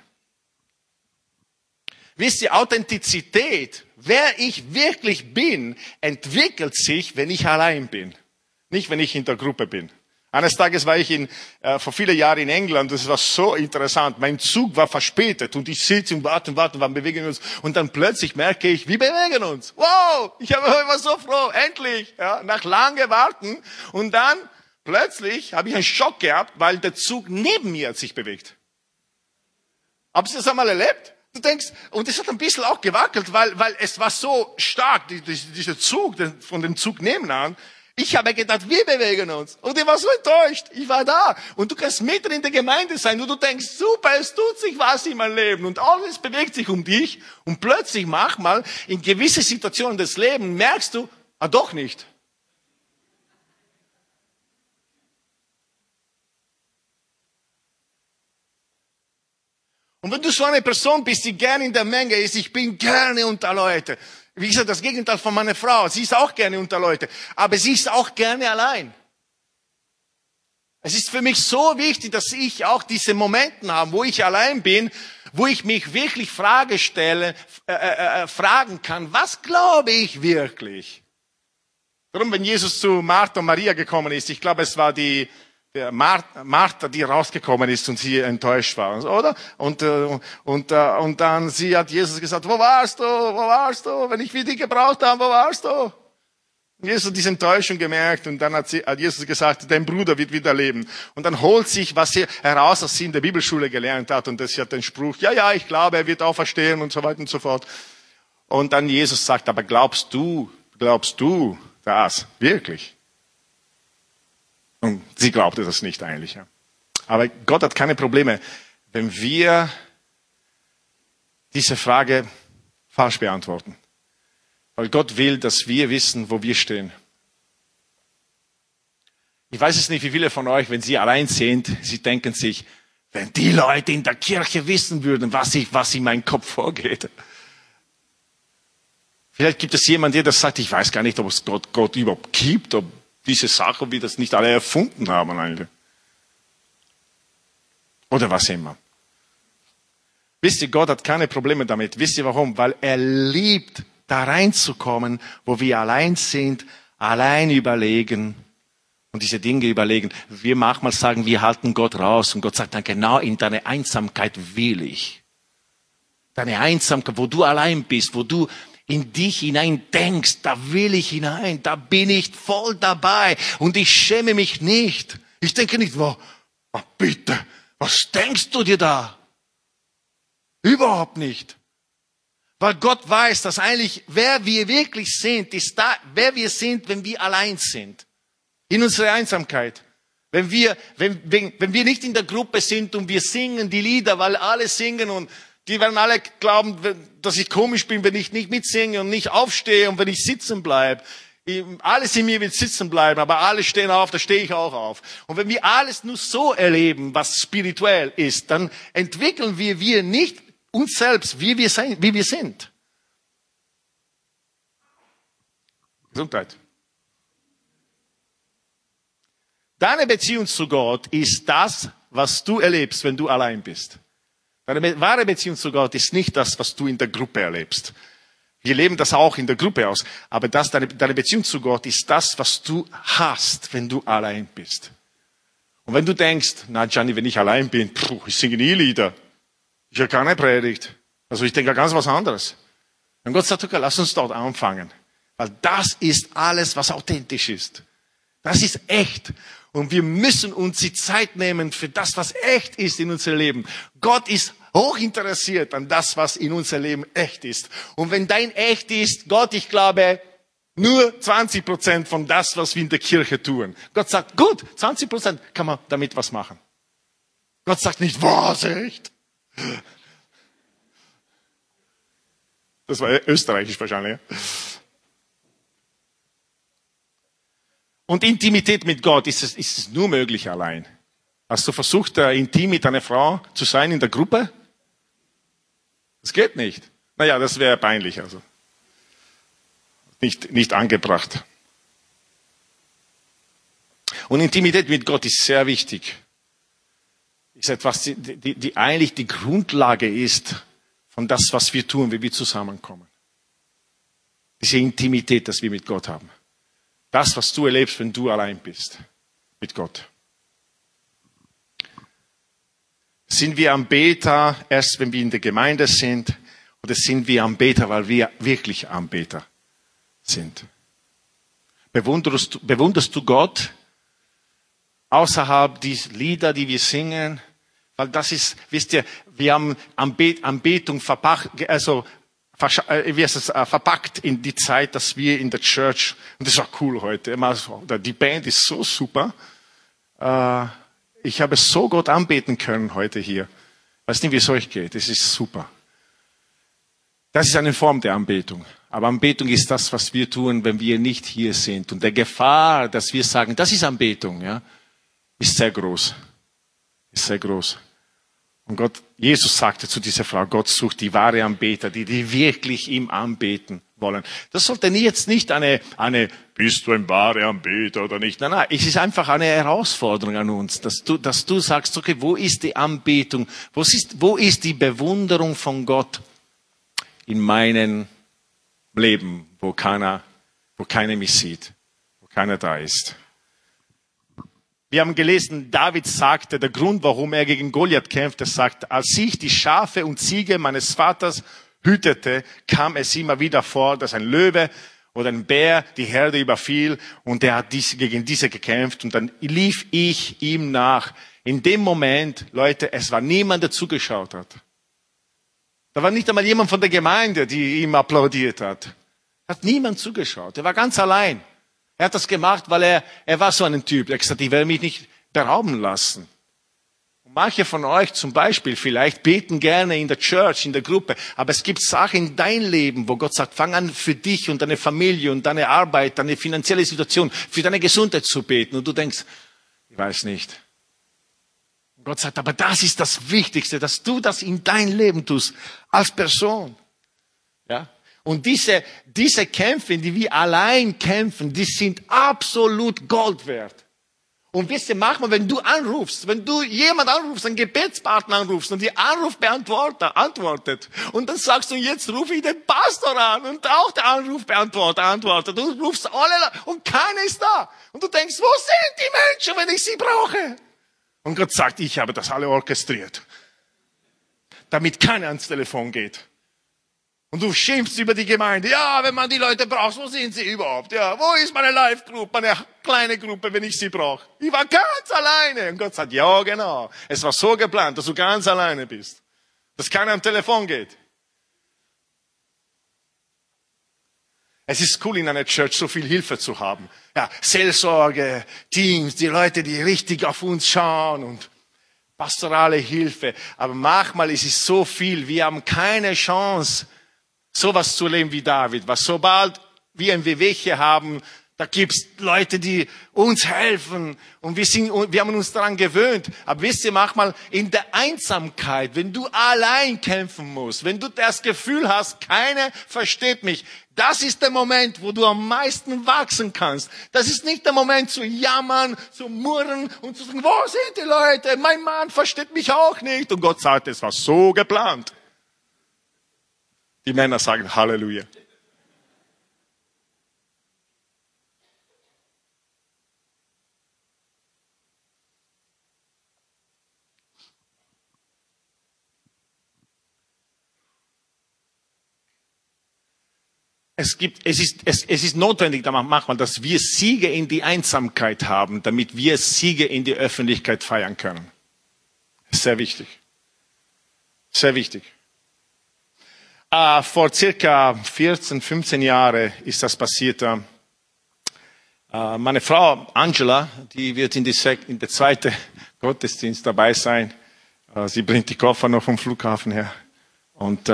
Wisst ihr, Authentizität, wer ich wirklich bin, entwickelt sich, wenn ich allein bin. Nicht, wenn ich in der Gruppe bin. Eines Tages war ich vor vielen Jahren in England, das war so interessant. Mein Zug war verspätet und ich sitze und warte, wir bewegen uns. Und dann plötzlich merke ich, wir bewegen uns. Wow, ich war so froh, endlich, ja, nach langem Warten. Und dann plötzlich habe ich einen Schock gehabt, weil der Zug neben mir sich bewegt. Habt ihr das einmal erlebt? Du denkst, und es hat ein bisschen auch gewackelt, weil es war so stark, dieser Zug, von dem Zug nebenan. Ich habe gedacht, wir bewegen uns. Und ich war so enttäuscht. Ich war da. Und du kannst mitten in der Gemeinde sein und du denkst, super, es tut sich was in meinem Leben. Und alles bewegt sich um dich. Und plötzlich manchmal in gewisse Situationen des Lebens merkst du, doch nicht. Und wenn du so eine Person bist, die gerne in der Menge ist, ich bin gerne unter Leute. Wie gesagt, das Gegenteil von meiner Frau. Sie ist auch gerne unter Leute, aber sie ist auch gerne allein. Es ist für mich so wichtig, dass ich auch diese Momente habe, wo ich allein bin, wo ich mich wirklich fragen kann, was glaube ich wirklich? Darum, wenn Jesus zu Martha und Maria gekommen ist, ich glaube, es war Martha, die rausgekommen ist und sie enttäuscht war, oder? Und dann sie hat Jesus gesagt, wo warst du, wenn ich dich gebraucht habe, wo warst du? Und Jesus hat diese Enttäuschung gemerkt und dann hat Jesus gesagt, dein Bruder wird wieder leben. Und dann holt sich was sie heraus, was sie in der Bibelschule gelernt hat und das hat den Spruch, ja, ich glaube, er wird auferstehen und so weiter und so fort. Und dann Jesus sagt, aber glaubst du das wirklich? Und sie glaubte das nicht eigentlich. Ja. Aber Gott hat keine Probleme, wenn wir diese Frage falsch beantworten. Weil Gott will, dass wir wissen, wo wir stehen. Ich weiß es nicht, wie viele von euch, wenn sie allein sind, sie denken sich, wenn die Leute in der Kirche wissen würden, was in meinem Kopf vorgeht. Vielleicht gibt es jemanden, der sagt, ich weiß gar nicht, ob es Gott überhaupt gibt, ob diese Sache, wie das nicht alle erfunden haben eigentlich. Oder was immer. Wisst ihr, Gott hat keine Probleme damit. Wisst ihr warum? Weil er liebt, da reinzukommen, wo wir allein sind, allein überlegen und diese Dinge überlegen. Wir manchmal sagen, wir halten Gott raus und Gott sagt dann, genau in deine Einsamkeit will ich. Deine Einsamkeit, wo du allein bist, wo du in dich hinein denkst, da will ich hinein, da bin ich voll dabei und ich schäme mich nicht. Ich denke nicht, bitte, was denkst du dir da? Überhaupt nicht. Weil Gott weiß, dass eigentlich, wer wir wirklich sind, ist da, wer wir sind, wenn wir allein sind. In unserer Einsamkeit. Wenn wir nicht in der Gruppe sind und wir singen die Lieder, weil alle singen und die werden alle glauben, dass ich komisch bin, wenn ich nicht mitsinge und nicht aufstehe und wenn ich sitzen bleibe. Alles in mir will sitzen bleiben, aber alle stehen auf, da stehe ich auch auf. Und wenn wir alles nur so erleben, was spirituell ist, dann entwickeln wir nicht uns selbst, wie wir sind. Gesundheit. Deine Beziehung zu Gott ist das, was du erlebst, wenn du allein bist. Deine wahre Beziehung zu Gott ist nicht das, was du in der Gruppe erlebst. Wir leben das auch in der Gruppe aus. Aber deine Beziehung zu Gott ist das, was du hast, wenn du allein bist. Und wenn du denkst, na Gianni, wenn ich allein bin, ich singe nie Lieder. Ich höre keine Predigt. Also ich denke ganz was anderes. Und Gott sagt, okay, lass uns dort anfangen. Weil das ist alles, was authentisch ist. Das ist echt. Und wir müssen uns die Zeit nehmen für das, was echt ist in unserem Leben. Gott ist hochinteressiert an das, was in unserem Leben echt ist. Und wenn dein echt ist, Gott, ich glaube, nur 20% von das, was wir in der Kirche tun. Gott sagt, gut, 20% kann man damit was machen. Gott sagt nicht, was, echt? Das war österreichisch wahrscheinlich. Ja? Und Intimität mit Gott ist es nur möglich allein. Hast du versucht, intim mit einer Frau zu sein in der Gruppe? Das geht nicht. Naja, das wäre peinlich, also. Nicht angebracht. Und Intimität mit Gott ist sehr wichtig. Ist etwas, die eigentlich die Grundlage ist von das, was wir tun, wie wir zusammenkommen. Diese Intimität, dass wir mit Gott haben. Das, was du erlebst, wenn du allein bist mit Gott. Sind wir Anbeter erst, wenn wir in der Gemeinde sind? Oder sind wir Anbeter, weil wir wirklich Anbeter sind? Bewunderst du Gott außerhalb dieser Lieder, die wir singen? Weil das ist, wisst ihr, wir haben Anbetung verpackt in die Zeit, dass wir in der Church, und das war cool heute, die Band ist so super, ich habe so Gott anbeten können heute hier. Weiß nicht, wie es euch geht, es ist super. Das ist eine Form der Anbetung. Aber Anbetung ist das, was wir tun, wenn wir nicht hier sind. Und der Gefahr, dass wir sagen, das ist Anbetung, ja, ist sehr groß. Ist sehr groß. Und Jesus sagte zu dieser Frau, Gott sucht die wahre Anbeter, die wirklich ihm anbeten wollen. Das sollte jetzt nicht eine, bist du ein wahrer Anbeter oder nicht? Nein, es ist einfach eine Herausforderung an uns, dass du sagst, okay, wo ist die Anbetung? Wo ist die Bewunderung von Gott in meinem Leben, wo keiner mich sieht, wo keiner da ist? Wir haben gelesen, David sagte, der Grund, warum er gegen Goliath kämpfte, sagt, als ich die Schafe und Ziege meines Vaters hütete, kam es immer wieder vor, dass ein Löwe oder ein Bär die Herde überfiel und er hat gegen diese gekämpft und dann lief ich ihm nach. In dem Moment, Leute, es war niemand, der zugeschaut hat. Da war nicht einmal jemand von der Gemeinde, die ihm applaudiert hat. Hat niemand zugeschaut. Er war ganz allein. Er hat das gemacht, weil er war so ein Typ. Er hat gesagt, ich werde mich nicht berauben lassen. Und manche von euch zum Beispiel vielleicht beten gerne in der Church, in der Gruppe. Aber es gibt Sachen in dein Leben, wo Gott sagt, fang an für dich und deine Familie und deine Arbeit, deine finanzielle Situation, für deine Gesundheit zu beten. Und du denkst, ich weiß nicht. Und Gott sagt, aber das ist das Wichtigste, dass du das in dein Leben tust, als Person. Ja? Und diese Kämpfe, die wir allein kämpfen, die sind absolut Gold wert. Und wisst ihr, manchmal, wenn du jemand anrufst, einen Gebetspartner anrufst und die Anrufbeantworter antwortet und dann sagst du, jetzt rufe ich den Pastor an und auch der Anrufbeantworter antwortet und du rufst alle und keiner ist da. Und du denkst, wo sind die Menschen, wenn ich sie brauche? Und Gott sagt, ich habe das alle orchestriert, damit keiner ans Telefon geht. Und du schimpfst über die Gemeinde. Ja, wenn man die Leute braucht, wo sind sie überhaupt? Ja, wo ist meine Live-Group, meine kleine Gruppe, wenn ich sie brauche? Ich war ganz alleine. Und Gott sagt, ja, genau. Es war so geplant, dass du ganz alleine bist. Dass keiner am Telefon geht. Es ist cool, in einer Church so viel Hilfe zu haben. Ja, Seelsorge, Teams, die Leute, die richtig auf uns schauen und pastorale Hilfe. Aber manchmal ist es so viel, wir haben keine Chance, sowas zu leben wie David. Was sobald wir ein Wehwehchen haben, da gibt's Leute, die uns helfen und wir haben uns daran gewöhnt. Aber wisst ihr, manchmal in der Einsamkeit, wenn du allein kämpfen musst, wenn du das Gefühl hast, keiner versteht mich, das ist der Moment, wo du am meisten wachsen kannst. Das ist nicht der Moment zu jammern, zu murren und zu sagen, wo sind die Leute? Mein Mann versteht mich auch nicht. Und Gott sagt, es war so geplant. Die Männer sagen Halleluja. Es ist notwendig manchmal, dass wir Siege in die Einsamkeit haben, damit wir Siege in die Öffentlichkeit feiern können. Sehr wichtig. Sehr wichtig. Vor circa 14, 15 Jahren ist das passiert. Meine Frau Angela, die wird in der zweiten Gottesdienst dabei sein. Sie bringt die Koffer noch vom Flughafen her. Und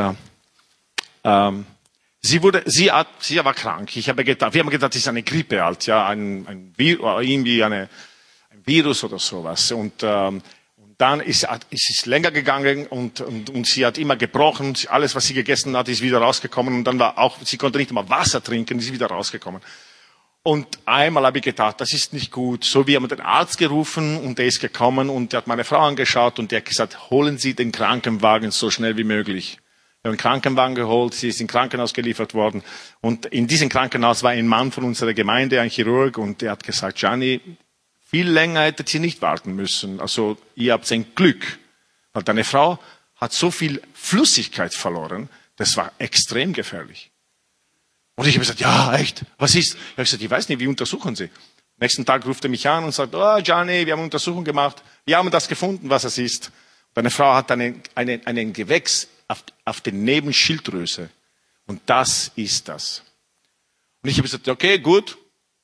sie war krank. Wir haben gedacht, das ist eine Grippe halt, ja, irgendwie ein Virus oder sowas. Und dann ist es länger gegangen und sie hat immer gebrochen. Alles, was sie gegessen hat, ist wieder rausgekommen. Und dann sie konnte nicht mal Wasser trinken, ist wieder rausgekommen. Und einmal habe ich gedacht, das ist nicht gut. So, wir haben den Arzt gerufen und der ist gekommen und der hat meine Frau angeschaut und der hat gesagt, holen Sie den Krankenwagen so schnell wie möglich. Wir haben einen Krankenwagen geholt, sie ist ins Krankenhaus geliefert worden. Und in diesem Krankenhaus war ein Mann von unserer Gemeinde, ein Chirurg, und der hat gesagt, Gianni, viel länger hättet ihr nicht warten müssen. Also ihr habt ein Glück, weil deine Frau hat so viel Flüssigkeit verloren, das war extrem gefährlich. Und ich habe gesagt, ja, echt, was ist? Ich habe gesagt, ich weiß nicht, wie untersuchen Sie? Nächsten Tag ruft er mich an und sagt, oh Gianni, wir haben eine Untersuchung gemacht, wir haben das gefunden, was es ist. Deine Frau hat einen Gewächs auf der Nebenschilddrüse. Und das ist das. Und ich habe gesagt, okay, gut,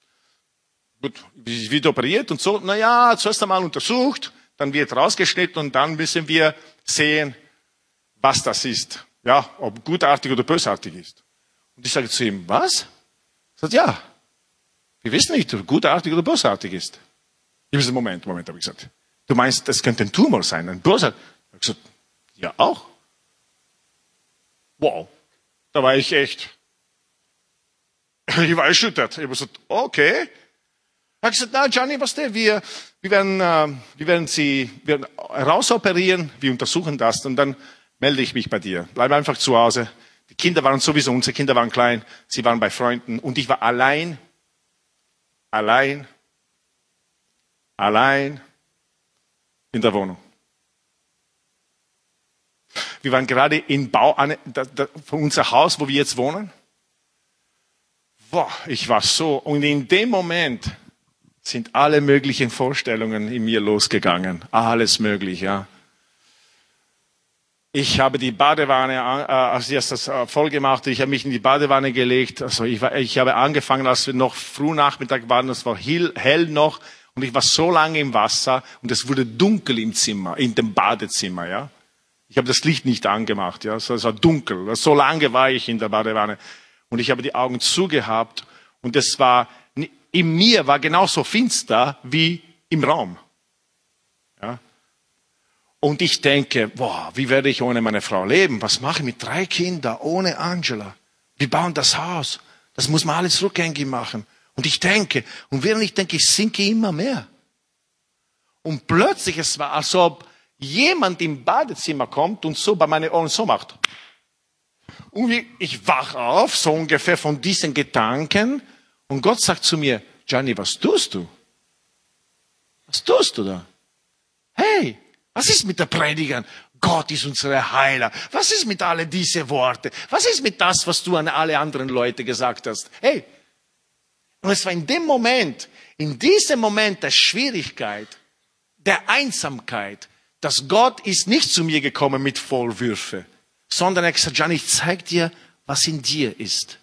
wird operiert und so. Naja, zuerst einmal untersucht, dann wird rausgeschnitten und dann müssen wir sehen, was das ist. Ja, ob gutartig oder bösartig ist. Und ich sage zu ihm, was? Er sagt, ja, wir wissen nicht, ob gutartig oder bösartig ist. Ich habe gesagt, Moment, habe ich gesagt. Du meinst, das könnte ein Tumor sein, ein bösartig? Ich habe gesagt, ja, auch. Wow, da war ich echt, ich war erschüttert. Ich habe gesagt, okay. Er hat gesagt, na Gianni, was der, wir werden Sie rausoperieren, wir untersuchen das und dann melde ich mich bei dir. Bleib einfach zu Hause. Die Kinder waren sowieso, unsere Kinder waren klein, sie waren bei Freunden und ich war allein in der Wohnung. Wir waren gerade im Bau von unser Haus, wo wir jetzt wohnen. Boah, ich war so. Und in dem Moment sind alle möglichen Vorstellungen in mir losgegangen. Alles möglich, ja. Ich habe die Badewanne, als ich das voll gemacht habe, ich habe mich in die Badewanne gelegt. Also ich habe angefangen, als wir noch Frühnachmittag waren, es war hell noch. Und ich war so lange im Wasser und es wurde dunkel im Zimmer, in dem Badezimmer, ja. Ich habe das Licht nicht angemacht, ja. Es war dunkel. So lange war ich in der Badewanne. Und ich habe die Augen zugehabt und in mir war genauso finster wie im Raum. Ja. Und ich denke, boah, wie werde ich ohne meine Frau leben? Was mache ich mit 3 Kindern ohne Angela? Wir bauen das Haus. Das muss man alles rückgängig machen. Und ich denke, während ich denke, ich sinke immer mehr. Und plötzlich, es war, als ob jemand im Badezimmer kommt und so bei meinen Ohren so macht. Und ich wach auf, so ungefähr von diesen Gedanken. Und Gott sagt zu mir, Gianni, was tust du? Was tust du da? Hey, was ist mit der Predigern? Gott ist unser Heiler. Was ist mit all diese Worte? Was ist mit das, was du an alle anderen Leute gesagt hast? Hey, und es war in diesem Moment der Schwierigkeit, der Einsamkeit, dass Gott ist nicht zu mir gekommen mit Vorwürfen, sondern er hat gesagt, Gianni, ich zeig dir, was in dir ist.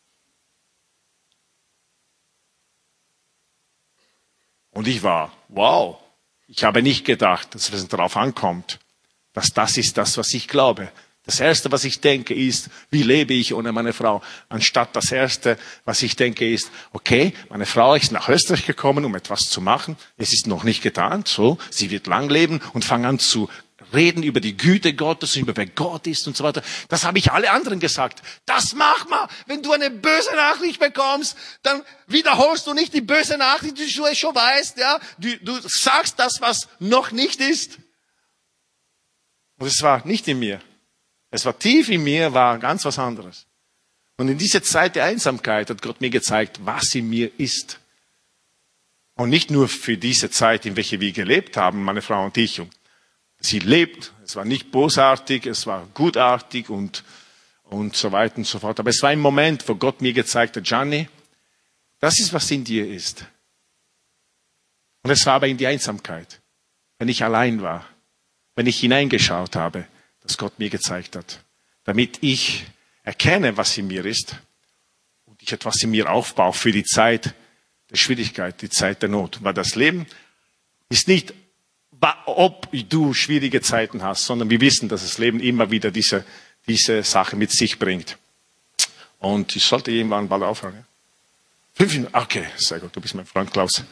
Und ich war, wow, ich habe nicht gedacht, dass es darauf ankommt, dass das ist das, was ich glaube. Das Erste, was ich denke, ist, wie lebe ich ohne meine Frau? Anstatt das Erste, was ich denke, ist, okay, meine Frau ist nach Österreich gekommen, um etwas zu machen. Es ist noch nicht getan, so, sie wird lang leben und fange an zu reden über die Güte Gottes, über wer Gott ist und so weiter. Das habe ich alle anderen gesagt. Das mach mal. Wenn du eine böse Nachricht bekommst, dann wiederholst du nicht die böse Nachricht, die du schon weißt, ja. Du sagst das, was noch nicht ist. Und es war nicht in mir. Es war tief in mir, war ganz was anderes. Und in dieser Zeit der Einsamkeit hat Gott mir gezeigt, was in mir ist. Und nicht nur für diese Zeit, in welche wir gelebt haben, meine Frau und ich. Und sie lebt, es war nicht bösartig, es war gutartig und so weiter und so fort. Aber es war ein Moment, wo Gott mir gezeigt hat, Gianni, das ist, was in dir ist. Und es war aber in die Einsamkeit, wenn ich allein war, wenn ich hineingeschaut habe, dass Gott mir gezeigt hat, damit ich erkenne, was in mir ist und ich etwas in mir aufbaue für die Zeit der Schwierigkeit, die Zeit der Not. Weil das Leben ist nicht, ob du schwierige Zeiten hast, sondern wir wissen, dass das Leben immer wieder diese Sache mit sich bringt. Und ich sollte irgendwann bald aufhören. Ja? 5 Minuten, okay, sehr gut, du bist mein Freund Klaus.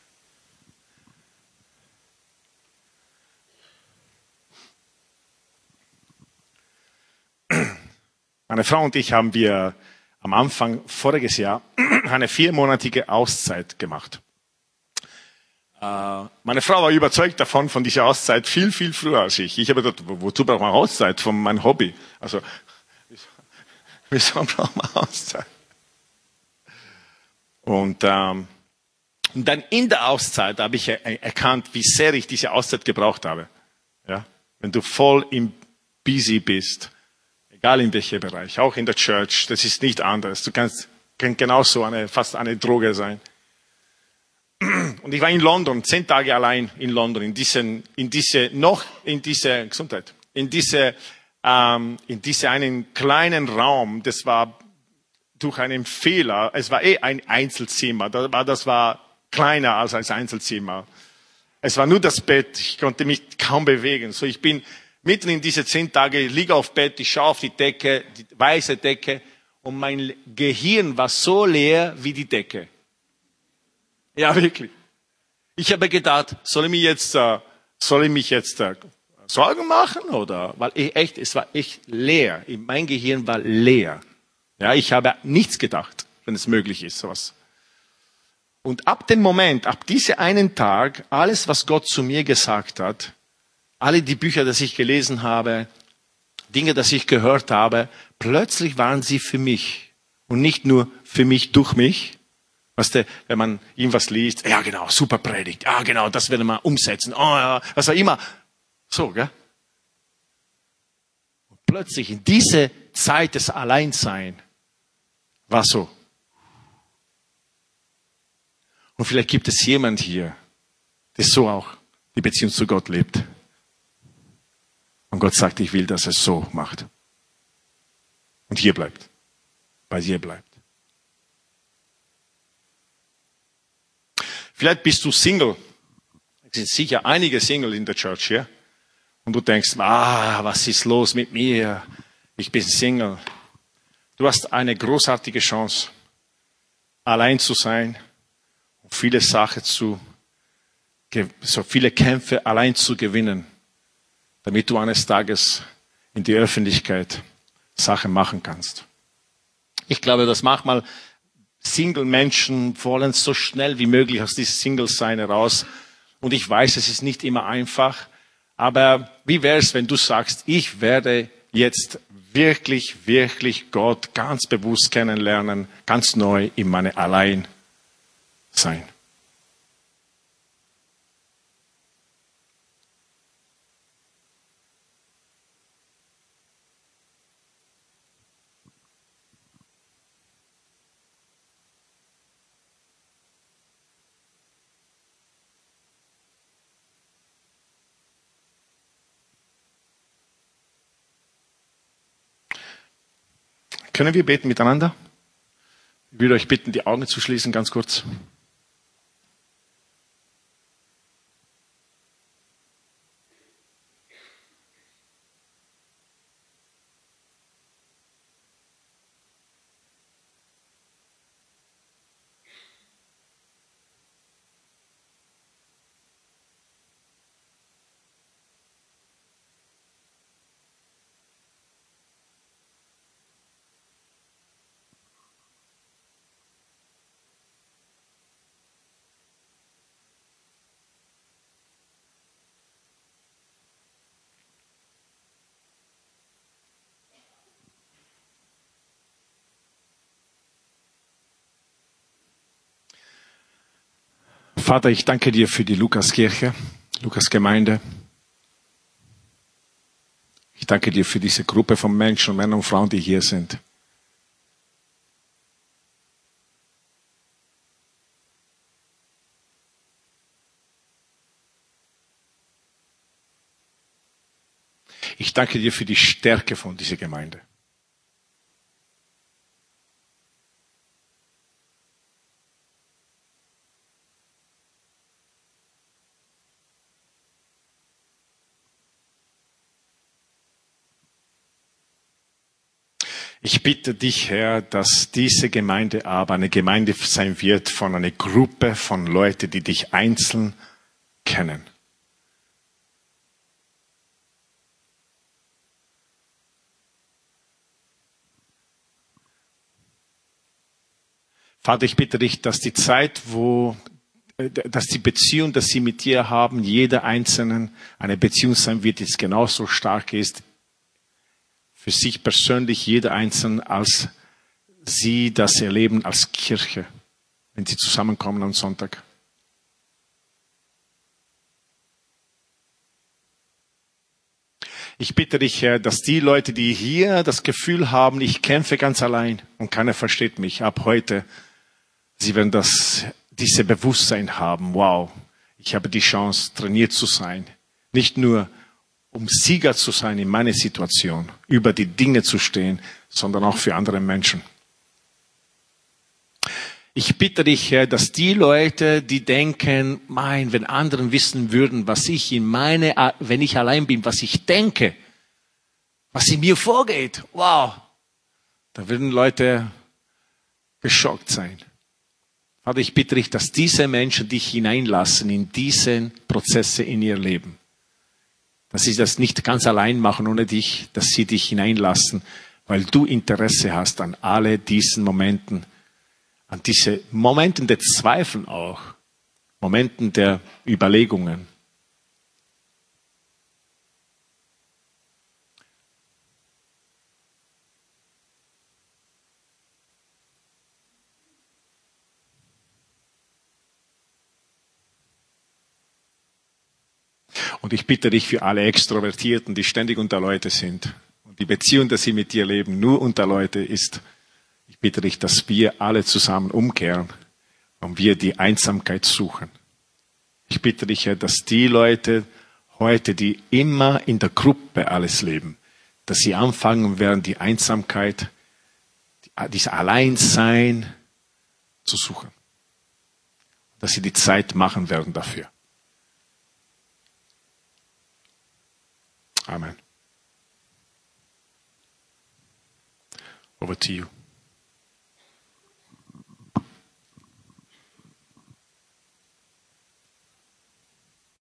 Meine Frau und ich haben wir am Anfang voriges Jahr eine 4-monatige Auszeit gemacht. Meine Frau war überzeugt davon, von dieser Auszeit, viel, viel früher als ich. Ich habe gedacht, wozu braucht man Auszeit von meinem Hobby? Also, wieso braucht man Auszeit? Und dann in der Auszeit habe ich erkannt, wie sehr ich diese Auszeit gebraucht habe. Ja? Wenn du voll im Busy bist, egal in welchem Bereich, auch in der Church, das ist nicht anders. Du kannst genauso fast eine Droge sein. Und ich war in London, 10 Tage allein in London, in diese einen kleinen Raum, das war durch einen Fehler, es war ein Einzelzimmer, das war kleiner als ein Einzelzimmer. Es war nur das Bett, ich konnte mich kaum bewegen. So, ich bin mitten in diese 10 Tage, liege auf Bett, ich schaue auf die Decke, die weiße Decke, und mein Gehirn war so leer wie die Decke. Ja, wirklich. Ich habe gedacht, soll ich mich jetzt Sorgen machen oder? Weil es war echt leer. Mein Gehirn war leer. Ja, ich habe nichts gedacht, wenn es möglich ist, sowas. Und ab diesem einen Tag, alles, was Gott zu mir gesagt hat, alle die Bücher, die ich gelesen habe, Dinge, die ich gehört habe, plötzlich waren sie für mich. Und nicht nur für mich, durch mich. Weißt du, wenn man irgendwas liest, ja genau, super Predigt, ja genau, das werden wir umsetzen, oh ja, was auch immer. So, gell? Und plötzlich in diese Zeit des Alleinsein war so. Und vielleicht gibt es jemand hier, der so auch die Beziehung zu Gott lebt. Und Gott sagt, ich will, dass er es so macht. Und hier bleibt. Bei dir bleibt. Vielleicht bist du Single. Es sind sicher einige Single in der Church hier. Und du denkst, was ist los mit mir? Ich bin Single. Du hast eine großartige Chance, allein zu sein und viele Kämpfe allein zu gewinnen, damit du eines Tages in die Öffentlichkeit Sachen machen kannst. Ich glaube, dass manchmal Single-Menschen wollen so schnell wie möglich aus diesem Single-Sein heraus. Und ich weiß, es ist nicht immer einfach. Aber wie wäre es, wenn du sagst, ich werde jetzt wirklich, wirklich Gott ganz bewusst kennenlernen, ganz neu in meine Alleinsein. Können wir beten miteinander? Ich würde euch bitten, die Augen zu schließen, ganz kurz. Vater, ich danke dir für die Lukaskirche, Lukasgemeinde. Ich danke dir für diese Gruppe von Menschen, Männern und Frauen, die hier sind. Ich danke dir für die Stärke von dieser Gemeinde. Ich bitte dich, Herr, dass diese Gemeinde aber eine Gemeinde sein wird von einer Gruppe von Leuten, die dich einzeln kennen. Vater, ich bitte dich, dass die Zeit, dass die Beziehung, dass sie mit dir haben, jeder Einzelnen eine Beziehung sein wird, die genauso stark ist, für sich persönlich, jeder Einzelne, als sie das erleben als Kirche, wenn sie zusammenkommen am Sonntag. Ich bitte dich, Herr, dass die Leute, die hier das Gefühl haben, ich kämpfe ganz allein und keiner versteht mich, ab heute, sie werden diese Bewusstsein haben, wow, ich habe die Chance, trainiert zu sein. Nicht nur, um Sieger zu sein in meiner Situation, über die Dinge zu stehen, sondern auch für andere Menschen. Ich bitte dich, Herr, dass die Leute, die denken, wenn anderen wissen würden, wenn ich allein bin, was ich denke, was in mir vorgeht, wow, da würden Leute geschockt sein. Vater, ich bitte dich, dass diese Menschen dich hineinlassen in diese Prozesse in ihr Leben. Dass sie das nicht ganz allein machen ohne dich, dass sie dich hineinlassen, weil du Interesse hast an alle diesen Momenten, an diese Momenten der Zweifel auch, Momenten der Überlegungen. Und ich bitte dich für alle Extrovertierten, die ständig unter Leute sind und die Beziehung, dass sie mit dir leben, nur unter Leute ist. Ich bitte dich, dass wir alle zusammen umkehren und wir die Einsamkeit suchen. Ich bitte dich, Herr, dass die Leute heute, die immer in der Gruppe alles leben, dass sie anfangen werden, die Einsamkeit, dieses Alleinsein zu suchen. Dass sie die Zeit machen werden dafür. Amen. Over to you.